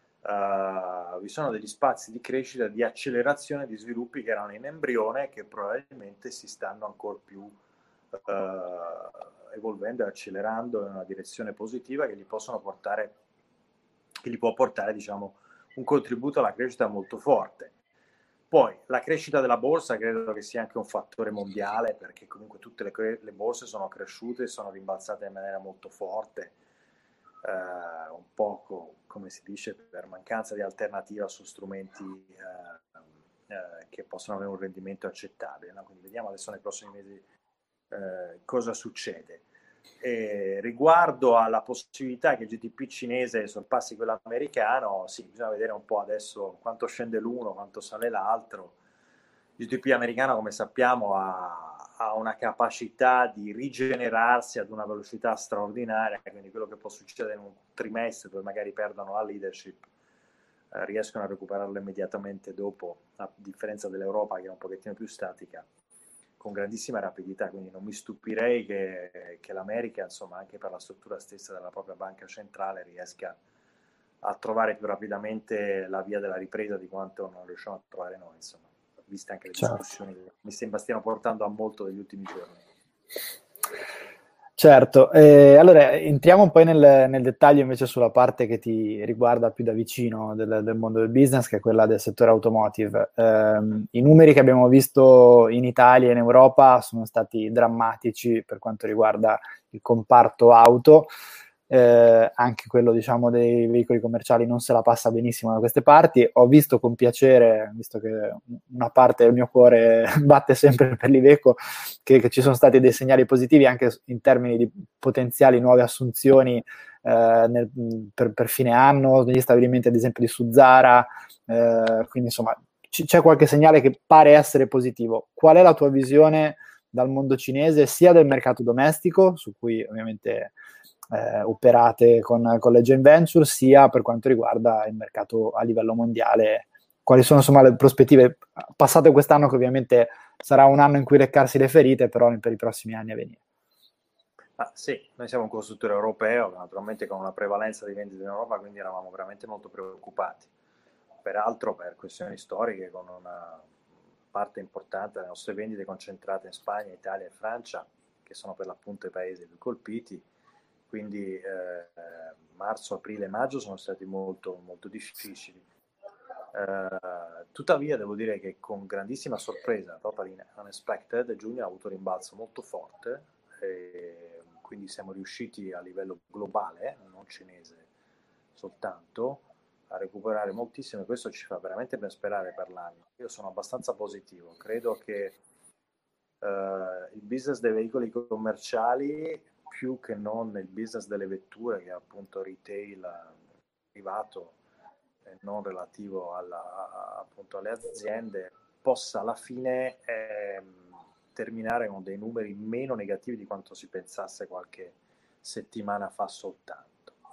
uh, vi sono degli spazi di crescita, di accelerazione, di sviluppi che erano in embrione, che probabilmente si stanno ancora più uh, evolvendo e accelerando in una direzione positiva che gli possono portare, che gli può portare, diciamo, un contributo alla crescita molto forte. Poi la crescita della borsa credo che sia anche un fattore mondiale, perché comunque tutte le, le borse sono cresciute e sono rimbalzate in maniera molto forte, eh, un po' come si dice per mancanza di alternativa su strumenti eh, eh, che possono avere un rendimento accettabile, no? Quindi vediamo adesso nei prossimi mesi eh, cosa succede. E riguardo alla possibilità che il G D P cinese sorpassi quello americano, sì, bisogna vedere un po' adesso quanto scende l'uno, quanto sale l'altro. Il G D P americano, come sappiamo, ha, ha una capacità di rigenerarsi ad una velocità straordinaria, quindi quello che può succedere in un trimestre dove magari perdono la leadership, eh, riescono a recuperarlo immediatamente dopo, a differenza dell'Europa che è un pochettino più statica, con grandissima rapidità, quindi non mi stupirei che, che l'America, insomma, anche per la struttura stessa della propria banca centrale, riesca a trovare più rapidamente la via della ripresa di quanto non riusciamo a trovare noi, insomma, viste anche le discussioni certo. che mi sembra stiano portando a molto negli ultimi giorni. Certo, eh, allora entriamo poi nel, nel dettaglio invece sulla parte che ti riguarda più da vicino del, del mondo del business, che è quella del settore automotive. Eh, i numeri che abbiamo visto in Italia e in Europa sono stati drammatici per quanto riguarda il comparto auto, eh, anche quello diciamo dei veicoli commerciali non se la passa benissimo da queste parti. Ho visto con piacere, visto che una parte del mio cuore batte sempre per l'Iveco, che, che ci sono stati dei segnali positivi anche in termini di potenziali nuove assunzioni eh, nel, per, per fine anno, negli stabilimenti ad esempio di Suzzara, eh, quindi insomma c- c'è qualche segnale che pare essere positivo. Qual è la tua visione dal mondo cinese, sia del mercato domestico, su cui ovviamente eh, operate con, con le joint venture, sia per quanto riguarda il mercato a livello mondiale? Quali sono insomma le prospettive passate quest'anno, che ovviamente sarà un anno in cui leccarsi le ferite, però per i prossimi anni a venire? Ah, sì, noi siamo un costruttore europeo, naturalmente con una prevalenza di vendite in Europa, quindi eravamo veramente molto preoccupati. Peraltro per questioni storiche, con una parte importante delle nostre vendite concentrate in Spagna, Italia e Francia, che sono per l'appunto i paesi più colpiti. Quindi eh, marzo, aprile e maggio sono stati molto, molto difficili. Uh, tuttavia devo dire che con grandissima sorpresa, totally unexpected, giugno ha avuto un rimbalzo molto forte e quindi siamo riusciti a livello globale, non cinese soltanto, a recuperare moltissimo e questo ci fa veramente ben sperare per l'anno. Io sono abbastanza positivo, credo che uh, il business dei veicoli commerciali, più che non il business delle vetture, che è appunto retail privato, e non relativo alla, appunto alle aziende, possa alla fine eh, terminare con dei numeri meno negativi di quanto si pensasse qualche settimana fa soltanto.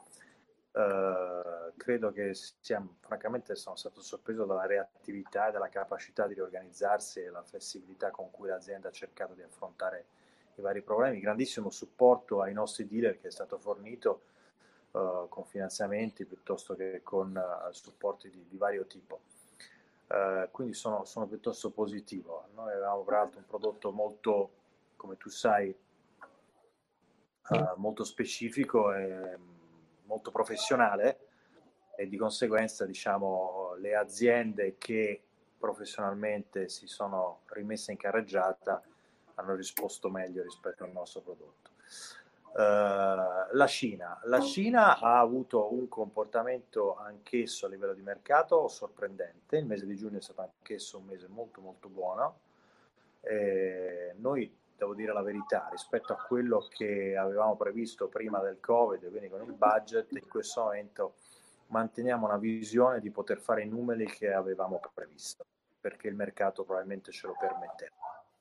Uh, credo che sia, francamente sono stato sorpreso dalla reattività e dalla capacità di riorganizzarsi e la flessibilità con cui l'azienda ha cercato di affrontare i vari problemi. Grandissimo supporto ai nostri dealer che è stato fornito uh, con finanziamenti piuttosto che con uh, supporti di, di vario tipo. Uh, quindi sono, sono piuttosto positivo. Noi avevamo peraltro un prodotto molto, come tu sai, uh, molto specifico e molto professionale, e di conseguenza, diciamo, le aziende che professionalmente si sono rimesse in carreggiata hanno risposto meglio rispetto al nostro prodotto. Uh, la Cina. La Cina ha avuto un comportamento anch'esso a livello di mercato sorprendente. Il mese di giugno è stato anch'esso un mese molto molto buono. E noi, devo dire la verità, rispetto a quello che avevamo previsto prima del Covid, quindi con il budget, in questo momento manteniamo una visione di poter fare i numeri che avevamo previsto, perché il mercato probabilmente ce lo permetteva.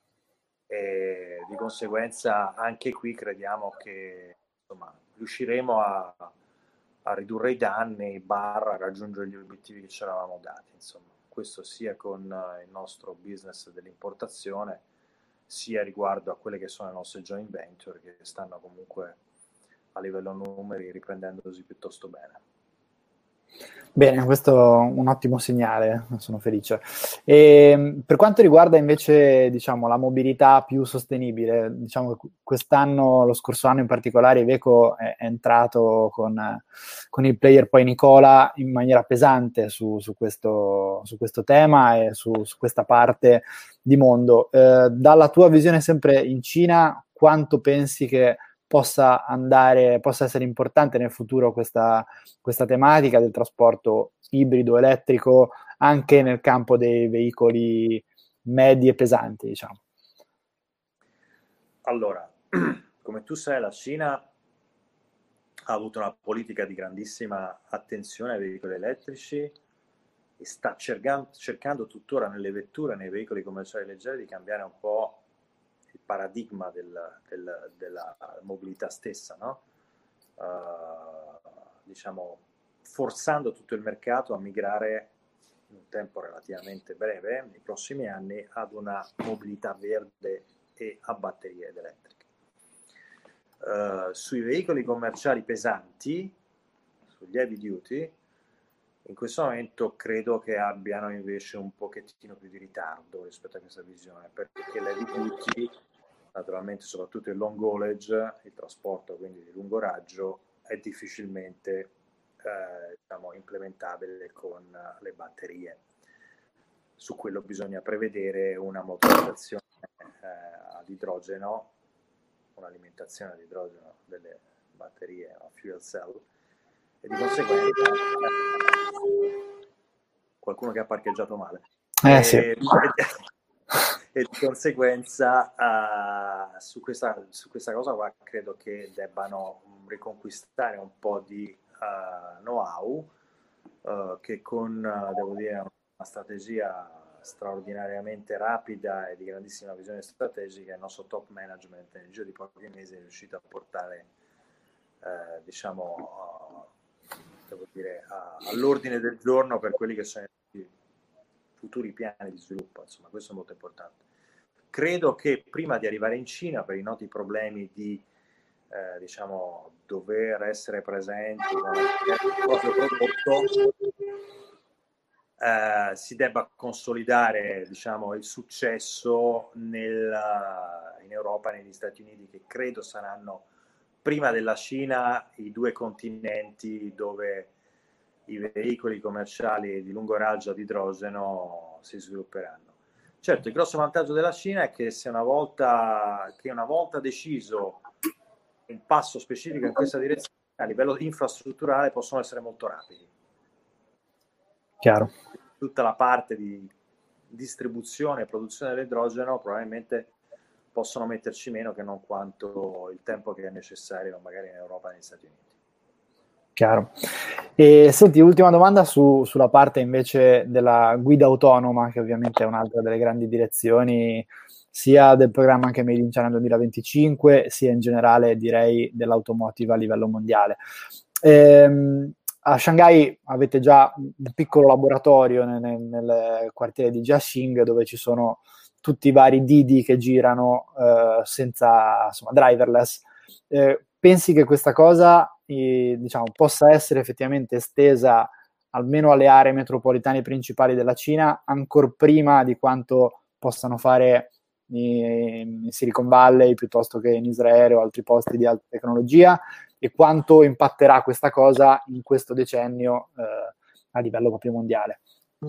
E di conseguenza anche qui crediamo che, insomma, riusciremo a, a ridurre i danni, barra raggiungere gli obiettivi che ci eravamo dati. Insomma, questo sia con il nostro business dell'importazione, sia riguardo a quelle che sono le nostre joint venture, che stanno comunque a livello numeri riprendendosi piuttosto bene. Bene, questo è un ottimo segnale, sono felice. E per quanto riguarda invece, diciamo, la mobilità più sostenibile, diciamo che quest'anno, lo scorso anno in particolare, Iveco è, è entrato con, con il player poi Nicola in maniera pesante su, su, questo, su questo tema e su, su questa parte di mondo. Eh, dalla tua visione sempre in Cina, quanto pensi che possa andare, possa essere importante nel futuro questa, questa tematica del trasporto ibrido elettrico anche nel campo dei veicoli medi e pesanti, diciamo? Allora, come tu sai, la Cina ha avuto una politica di grandissima attenzione ai veicoli elettrici e sta cercando, cercando tuttora nelle vetture, nei veicoli commerciali leggeri, di cambiare un po' il paradigma del, del, della mobilità stessa, no? Uh, diciamo, forzando tutto il mercato a migrare in un tempo relativamente breve, nei prossimi anni, ad una mobilità verde e a batterie ed elettriche. Uh, sui veicoli commerciali pesanti, sugli heavy duty, in questo momento credo che abbiano invece un pochettino più di ritardo rispetto a questa visione, perché l'heavy duty, naturalmente soprattutto il long haulage, il trasporto quindi di lungo raggio, è difficilmente eh, diciamo, implementabile con le batterie. Su quello bisogna prevedere una motorizzazione eh, ad idrogeno, un'alimentazione ad idrogeno delle batterie a fuel cell, e di conseguenza qualcuno che ha parcheggiato male. Eh, e, sì. e, e di conseguenza uh, su, questa, su questa cosa qua credo che debbano riconquistare un po' di uh, know-how uh, che con, uh, devo dire, una strategia straordinariamente rapida e di grandissima visione strategica, il nostro top management nel giro di pochi mesi è riuscito a portare uh, diciamo uh, devo dire, uh, all'ordine del giorno per quelli che sono i futuri piani di sviluppo. Insomma, questo è molto importante. Credo che prima di arrivare in Cina, per i noti problemi di eh, diciamo dover essere presenti con il proprio prodotto, eh, si debba consolidare, diciamo, il successo nel, in Europa e negli Stati Uniti, che credo saranno, prima della Cina, i due continenti dove i veicoli commerciali di lungo raggio ad idrogeno si svilupperanno. Certo, il grosso vantaggio della Cina è che se una volta, che una volta deciso un passo specifico in questa direzione, a livello infrastrutturale possono essere molto rapidi. Chiaro. Tutta la parte di distribuzione e produzione dell'idrogeno probabilmente possono metterci meno che non quanto il tempo che è necessario magari in Europa e negli Stati Uniti. Chiaro. E senti, ultima domanda su, sulla parte invece della guida autonoma, che ovviamente è un'altra delle grandi direzioni sia del programma anche Made in China duemilaventicinque, sia in generale direi dell'automotive a livello mondiale. Ehm, a Shanghai avete già un piccolo laboratorio nel, nel quartiere di Jiaxing, dove ci sono tutti i vari Didi che girano eh, senza, insomma, driverless. Eh, pensi che questa cosa eh, diciamo, possa essere effettivamente estesa almeno alle aree metropolitane principali della Cina, ancor prima di quanto possano fare in Silicon Valley piuttosto che in Israele o altri posti di alta tecnologia, e quanto impatterà questa cosa in questo decennio eh, a livello proprio mondiale?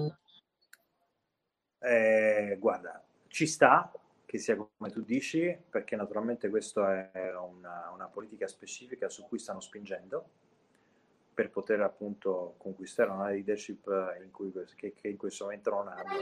Eh, guarda, ci sta che sia come tu dici, perché naturalmente questa è una, una politica specifica su cui stanno spingendo per poter appunto conquistare una leadership in cui, che, che in questo momento non hanno.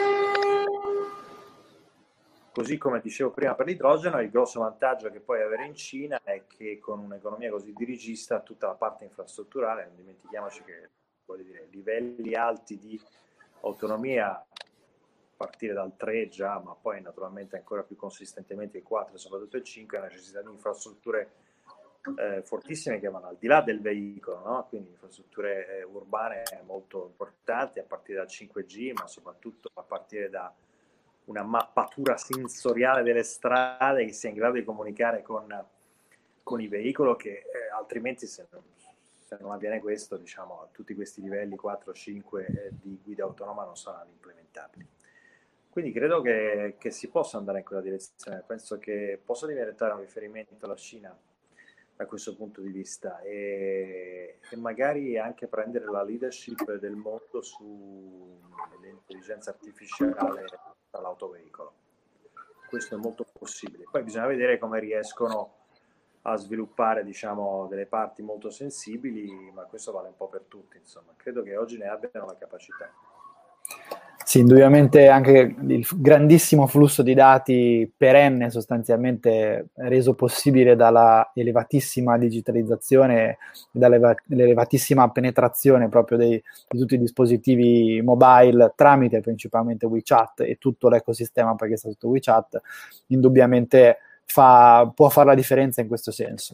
Così come dicevo prima per l'idrogeno, il grosso vantaggio che puoi avere in Cina è che con un'economia così dirigista tutta la parte infrastrutturale, non dimentichiamoci che, voglio dire, livelli alti di autonomia a partire dal tre già, ma poi naturalmente ancora più consistentemente il quattro e soprattutto il cinque, ha necessità di infrastrutture eh, fortissime che vanno al di là del veicolo, no? Quindi infrastrutture eh, urbane molto importanti a partire dal cinque G, ma soprattutto a partire da una mappatura sensoriale delle strade che sia in grado di comunicare con, con i veicoli, che eh, altrimenti se non, se non avviene questo, diciamo, tutti questi livelli quattro cinque eh, di guida autonoma non saranno implementabili. Quindi credo che, che si possa andare in quella direzione, penso che possa diventare un riferimento alla Cina da questo punto di vista e, e magari anche prendere la leadership del mondo sull'intelligenza artificiale dall'autoveicolo. Questo è molto possibile. Poi bisogna vedere come riescono a sviluppare, diciamo, delle parti molto sensibili, ma questo vale un po' per tutti, insomma. Credo che oggi ne abbiano la capacità. Sì, indubbiamente anche il grandissimo flusso di dati perenne, sostanzialmente reso possibile dalla elevatissima digitalizzazione, dall'elevatissima penetrazione proprio dei, di tutti i dispositivi mobile tramite principalmente WeChat e tutto l'ecosistema perché sta sotto WeChat, indubbiamente fa, può fare la differenza in questo senso.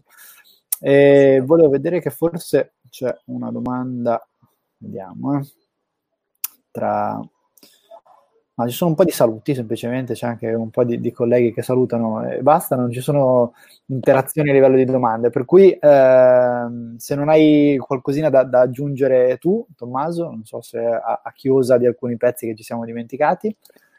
E volevo vedere che forse c'è una domanda, vediamo, eh, tra... Ma ci sono un po' di saluti, semplicemente c'è anche un po' di, di colleghi che salutano e basta, non ci sono interazioni a livello di domande, per cui ehm, se non hai qualcosina da, da aggiungere tu, Tommaso, non so se a, a chiosa di alcuni pezzi che ci siamo dimenticati.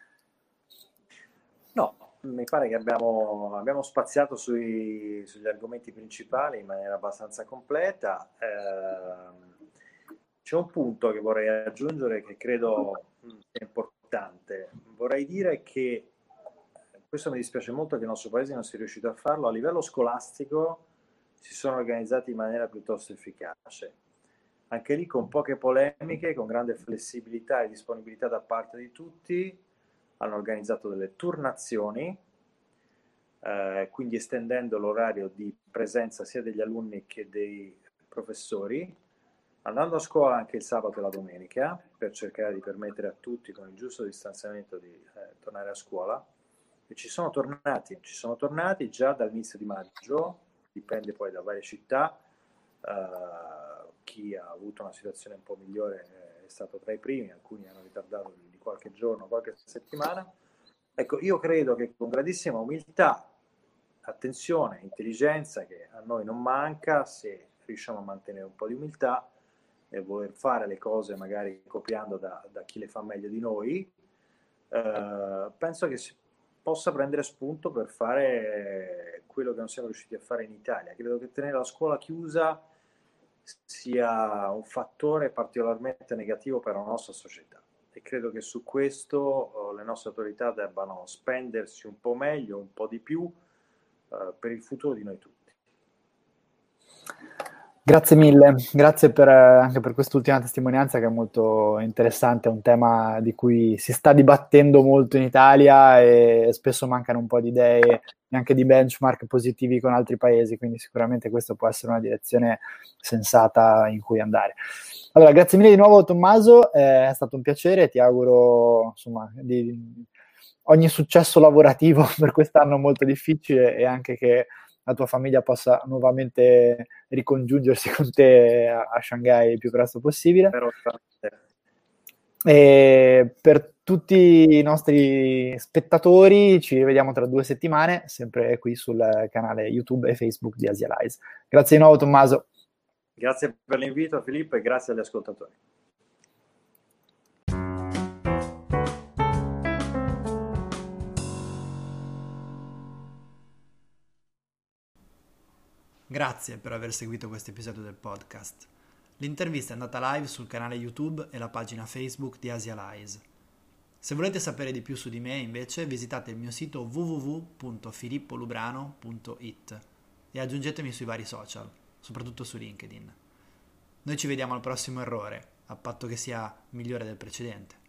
No, mi pare che abbiamo, abbiamo spaziato sui, sugli argomenti principali in maniera abbastanza completa. Eh, c'è un punto che vorrei aggiungere che credo sia importante. Vorrei dire che questo mi dispiace molto che il nostro paese non sia riuscito a farlo. A livello scolastico si sono organizzati in maniera piuttosto efficace, anche lì con poche polemiche, con grande flessibilità e disponibilità da parte di tutti. Hanno organizzato delle turnazioni, eh, quindi estendendo l'orario di presenza sia degli alunni che dei professori, andando a scuola anche il sabato e la domenica per cercare di permettere a tutti con il giusto distanziamento di eh, tornare a scuola, e ci sono tornati, ci sono tornati già dall'inizio di maggio, dipende poi da varie città, eh, chi ha avuto una situazione un po' migliore eh, è stato tra i primi, alcuni hanno ritardato di, di qualche giorno, qualche settimana. Ecco, io credo che con grandissima umiltà, attenzione, intelligenza, che a noi non manca, se riusciamo a mantenere un po' di umiltà e voler fare le cose magari copiando da, da chi le fa meglio di noi, eh, penso che si possa prendere spunto per fare quello che non siamo riusciti a fare in Italia. Credo che tenere la scuola chiusa sia un fattore particolarmente negativo per la nostra società e credo che su questo oh, le nostre autorità debbano spendersi un po' meglio, un po' di più eh, per il futuro di noi tutti. Grazie mille, grazie per, anche per quest'ultima testimonianza che è molto interessante, è un tema di cui si sta dibattendo molto in Italia e spesso mancano un po' di idee e anche di benchmark positivi con altri paesi, quindi sicuramente questa può essere una direzione sensata in cui andare. Allora, grazie mille di nuovo Tommaso, è stato un piacere, ti auguro insomma di ogni successo lavorativo per quest'anno molto difficile e anche che la tua famiglia possa nuovamente ricongiungersi con te a, a Shanghai il più presto possibile. E per tutti i nostri spettatori ci vediamo tra due settimane, sempre qui sul canale YouTube e Facebook di Asialize. Grazie di nuovo Tommaso. Grazie per l'invito Filippo e grazie agli ascoltatori. Grazie per aver seguito questo episodio del podcast. L'intervista è andata live sul canale YouTube e la pagina Facebook di Asialize. Se volete sapere di più su di me, invece, visitate il mio sito w w w punto filippo lubrano punto i t e aggiungetemi sui vari social, soprattutto su LinkedIn. Noi ci vediamo al prossimo errore, a patto che sia migliore del precedente.